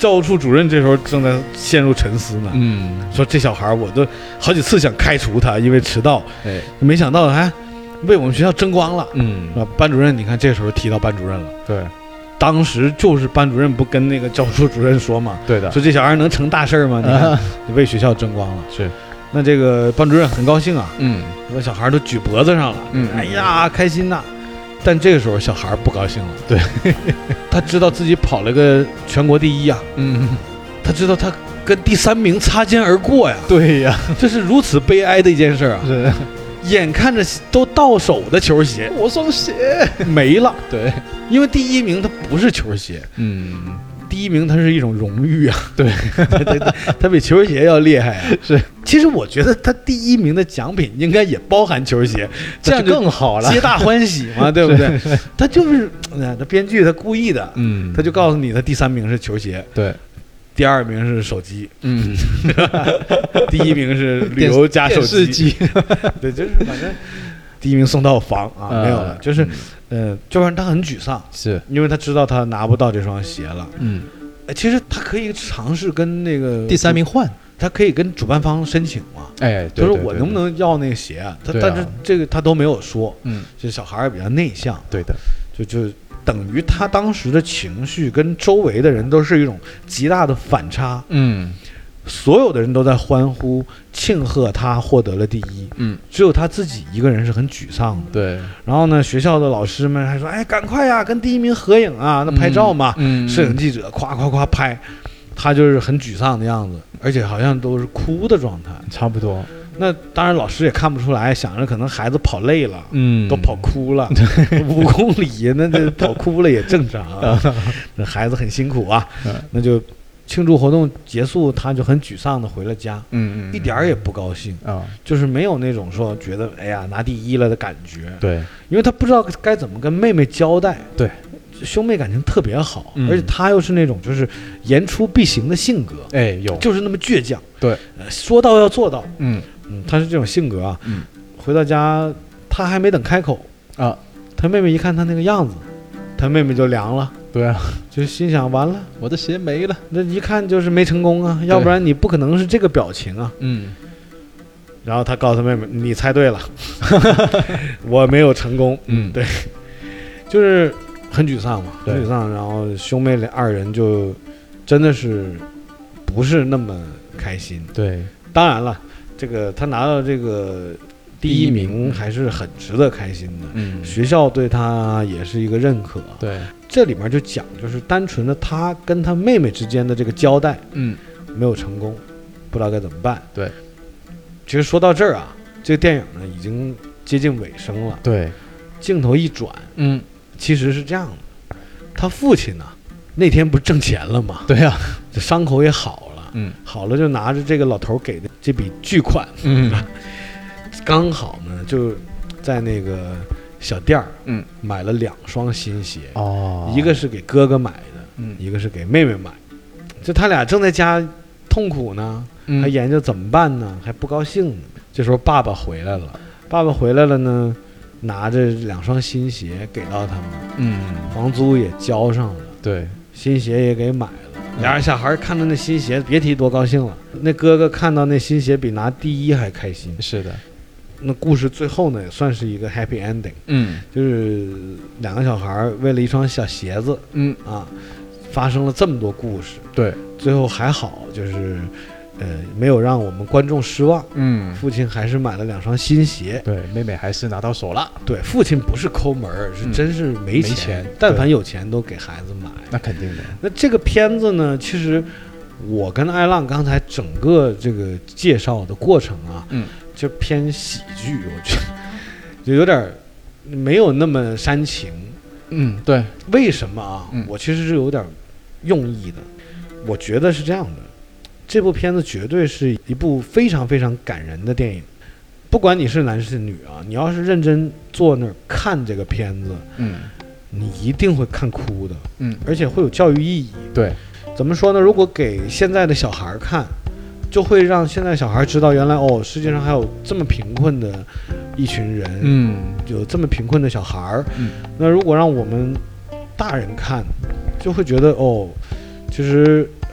教务处主任这时候正在陷入沉思呢，嗯，说这小孩我都好几次想开除他，因为迟到，哎，没想到还为我们学校争光了，嗯，啊，班主任，你看这时候提到班主任了， 对， 当时就是班主任不跟那个教务处主任说嘛， 对的， 说这小孩能成大事吗？你看，你为学校争光了， 是， 那这个班主任很高兴啊， 嗯， 说小孩都举脖子上了，嗯，哎呀，开心呐。但这个时候小孩不高兴了， 对， 他知道自己跑了个全国第一呀，嗯，他知道他跟第三名擦肩而过呀， 对呀， 这是如此悲哀的一件事啊， 是， 眼看着都到手的球鞋， 我双鞋没了， 对， 因为第一名他不是球鞋，嗯。第一名，它是一种荣誉啊， 对， 它比球鞋要厉害啊。 是， 其实我觉得他第一名的奖品应该也包含球鞋，这样更好了， 皆大欢喜嘛，对不对？他就是，他编剧他故意的，嗯，他就告诉你，他第三名是球鞋， 对， 第二名是手机，嗯，第一名是旅游加手机，对，就是反正第一名送到房啊，没有了，就是。呃，就让他很沮丧， 是因为他知道他拿不到这双鞋了。嗯，其实他可以尝试跟那个第三名换， 他可以跟主办方申请嘛。哎，他说我能不能要那个鞋啊？他但是这个他都没有说。嗯，这小孩比较内向。 对的， 就就等于他当时的情绪跟周围的人都是一种极大的反差。嗯。所有的人都在欢呼庆贺他获得了第一，嗯，只有他自己一个人是很沮丧的。 对， 然后呢，学校的老师们还说：“哎，赶快呀，跟第一名合影啊，那拍照嘛。”嗯，摄影记者夸夸夸拍，他就是很沮丧的样子，而且好像都是哭的状态， 差不多。 那当然，老师也看不出来，想着可能孩子跑累了，嗯，都跑哭了，五公里那这跑哭了也正常啊，那孩子很辛苦啊，那就。庆祝活动结束，他就很沮丧的回了家，嗯嗯，一点儿也不高兴啊，就是没有那种说觉得哎呀拿第一了的感觉， 对， 因为他不知道该怎么跟妹妹交代， 对， 兄妹感情特别好，而且他又是那种就是言出必行的性格， 哎，有， 就是那么倔强， 对， 说到要做到，嗯嗯，他是这种性格啊，嗯，回到家他还没等开口啊，他妹妹一看他那个样子，他妹妹就凉了。 对啊， 就心想完了， 我的鞋没了， 那一看就是没成功啊，要不然你不可能是这个表情啊。嗯。然后他告诉妹妹：“你猜对了，我没有成功。”嗯，对，就是很沮丧嘛，很沮丧。然后兄妹俩二人就真的是不是那么开心。 对， 当然了，这个他拿到这个第一名还是很值得开心的。嗯，学校对他也是一个认可。 对。 这里面就讲，就是单纯的他跟他妹妹之间的这个交代，嗯，没有成功，不知道该怎么办。 对， 其实说到这儿啊，这个电影呢已经接近尾声了。 对， 镜头一转，嗯，其实是这样的，他父亲呢那天不是挣钱了吗？ 对呀， 这伤口也好了，嗯，好了就拿着这个老头给的这笔巨款，嗯，刚好呢就在那个。小店儿，嗯，买了两双新鞋，哦，一个是给哥哥买的，嗯，一个是给妹妹买。就他俩正在家痛苦呢，嗯、还研究怎么办呢，还不高兴呢。这时候爸爸回来了，爸爸回来了呢，拿着两双新鞋给到他们，嗯，房租也交上了， 对， 新鞋也给买了。俩人小孩看到那新鞋，别提多高兴了。那哥哥看到那新鞋比拿第一还开心。 是的。 那故事最后呢，也算是一个 happy ending。嗯，就是两个小孩为了一双小鞋子，嗯啊，发生了这么多故事。 对， 最后还好，就是呃，没有让我们观众失望。嗯，父亲还是买了两双新鞋。 对，妹妹还是拿到手了。 对，父亲不是抠门儿，是真是没钱，嗯、没钱但凡有钱都给孩子买。 那肯定的。 那这个片子呢，其实我跟艾浪刚才整个这个介绍的过程啊，嗯。就偏喜剧，我觉得就有点没有那么煽情。 嗯，对。 为什么啊？嗯、我其实是有点用意的。我觉得是这样的，这部片子绝对是一部非常非常感人的电影。不管你是男是女啊，你要是认真坐那儿看这个片子，嗯，你一定会看哭的。嗯，而且会有教育意义。 对， 怎么说呢？如果给现在的小孩看。就会让现在小孩知道，原来哦，世界上还有这么贫困的一群人，嗯，有这么贫困的小孩儿。嗯，那如果让我们大人看，就会觉得哦，其实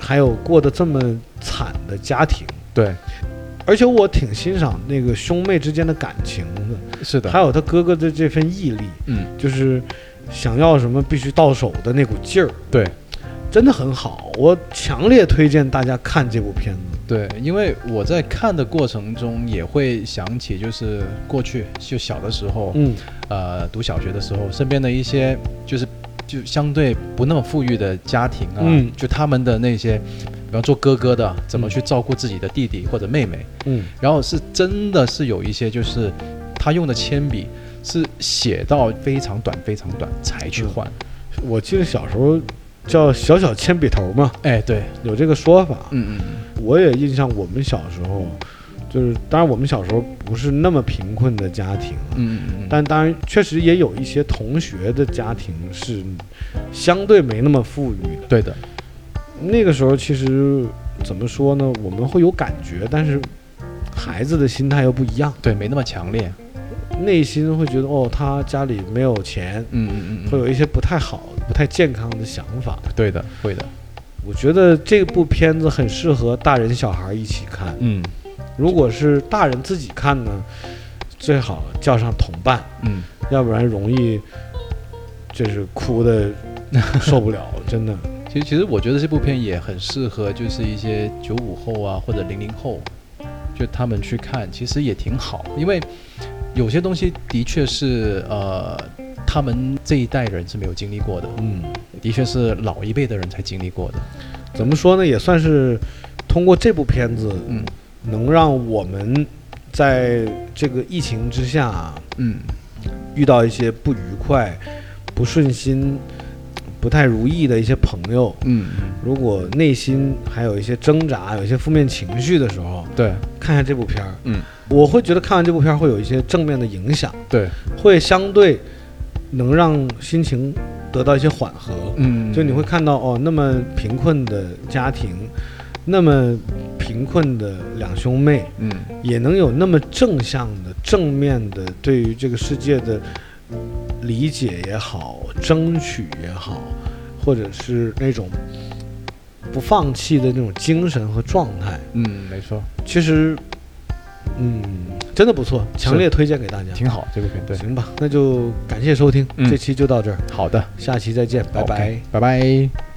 还有过得这么惨的家庭。 对， 而且我挺欣赏那个兄妹之间的感情的。 是的， 还有他哥哥的这份毅力， 嗯， 就是想要什么必须到手的那股劲儿。 对， 真的很好，我强烈推荐大家看这部片子。 对，因为我在看的过程中也会想起，就是过去就小的时候， 嗯， 呃，读小学的时候，身边的一些就是就相对不那么富裕的家庭啊， 嗯， 就他们的那些，比方做哥哥的怎么去照顾自己的弟弟或者妹妹， 嗯， 然后是真的是有一些就是他用的铅笔是写到非常短非常短才去换。 嗯，我记得小时候叫小小铅笔头嘛， 哎，对， 有这个说法。 嗯嗯， 我也印象我们小时候，就是当然我们小时候不是那么贫困的家庭， 嗯嗯嗯， 但当然确实也有一些同学的家庭是相对没那么富裕的。 对的， 那个时候其实怎么说呢，我们会有感觉，但是孩子的心态又不一样， 对，没那么强烈， 内心会觉得哦，他家里没有钱， 嗯嗯嗯， 会有一些不太好、不太健康的想法。 对的，会的。 我觉得这部片子很适合大人小孩一起看。 嗯， 如果是大人自己看呢，最好叫上同伴， 嗯， 要不然容易就是哭的受不了，真的。 其实其实我觉得这部片也很适合，就是一些九五后啊或者零零后，就他们去看，其实也挺好，因为有些东西的确是呃他们这一代人是没有经历过的， 嗯， 的确是老一辈的人才经历过的。 怎么说呢，也算是通过这部片子， 嗯， 能让我们在这个疫情之下， 嗯， 遇到一些不愉快、不顺心、不太如意的一些朋友， 嗯， 如果内心还有一些挣扎、有一些负面情绪的时候， 对， 看一下这部片儿， 嗯， 我会觉得看完这部片儿会有一些正面的影响， 对， 会相对能让心情得到一些缓和， 嗯， 就你会看到哦，那么贫困的家庭，那么贫困的两兄妹， 嗯， 也能有那么正向的、正面的对于这个世界的理解也好，争取也好，或者是那种不放弃的那种精神和状态。 嗯，没错， 其实，嗯，真的不错，强烈推荐给大家， 挺好这部片。对， 行吧，那就感谢收听， 嗯， 这期就到这儿。 好的， 下期再见，拜拜， okay， 拜拜。